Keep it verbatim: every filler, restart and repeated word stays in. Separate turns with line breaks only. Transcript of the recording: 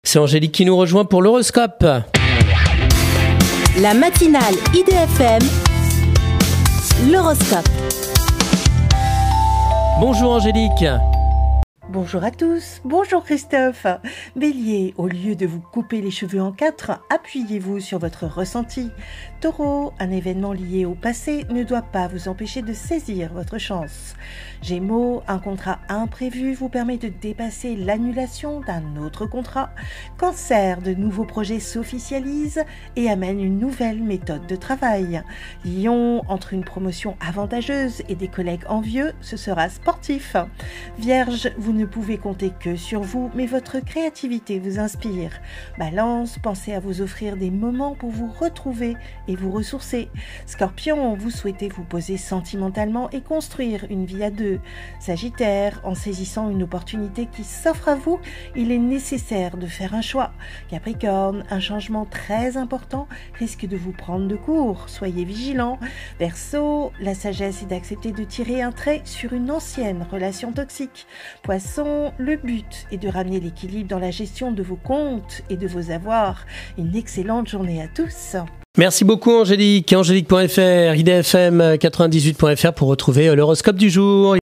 C'est Angélique qui nous rejoint pour l'horoscope.
La matinale I D F M, l'horoscope.
Bonjour Angélique.
Bonjour à tous, bonjour Christophe. Bélier, au lieu de vous couper les cheveux en quatre, appuyez-vous sur votre ressenti. Taureau, un événement lié au passé ne doit pas vous empêcher de saisir votre chance. Gémeaux, un contrat imprévu vous permet de dépasser l'annulation d'un autre contrat. Cancer, de nouveaux projets s'officialisent et amènent une nouvelle méthode de travail. Lion, entre une promotion avantageuse et des collègues envieux, ce sera sportif. Vierge, vous ne pouvez compter que sur vous, mais votre créativité vous inspire. Balance, pensez à vous offrir des moments pour vous retrouver et vous ressourcer. Scorpion, vous souhaitez vous poser sentimentalement et construire une vie à deux. Sagittaire, en saisissant une opportunité qui s'offre à vous, il est nécessaire de faire un choix. Capricorne, un changement très important risque de vous prendre de court. Soyez vigilant. Verseau, la sagesse est d'accepter de tirer un trait sur une ancienne relation toxique. Poisson, le but est de ramener l'équilibre dans la gestion de vos comptes et de vos avoirs. Une excellente journée à tous.
Merci beaucoup Angélique. Angélique point F R, I D F M quatre-vingt-dix-huit point F R pour retrouver l'horoscope du jour.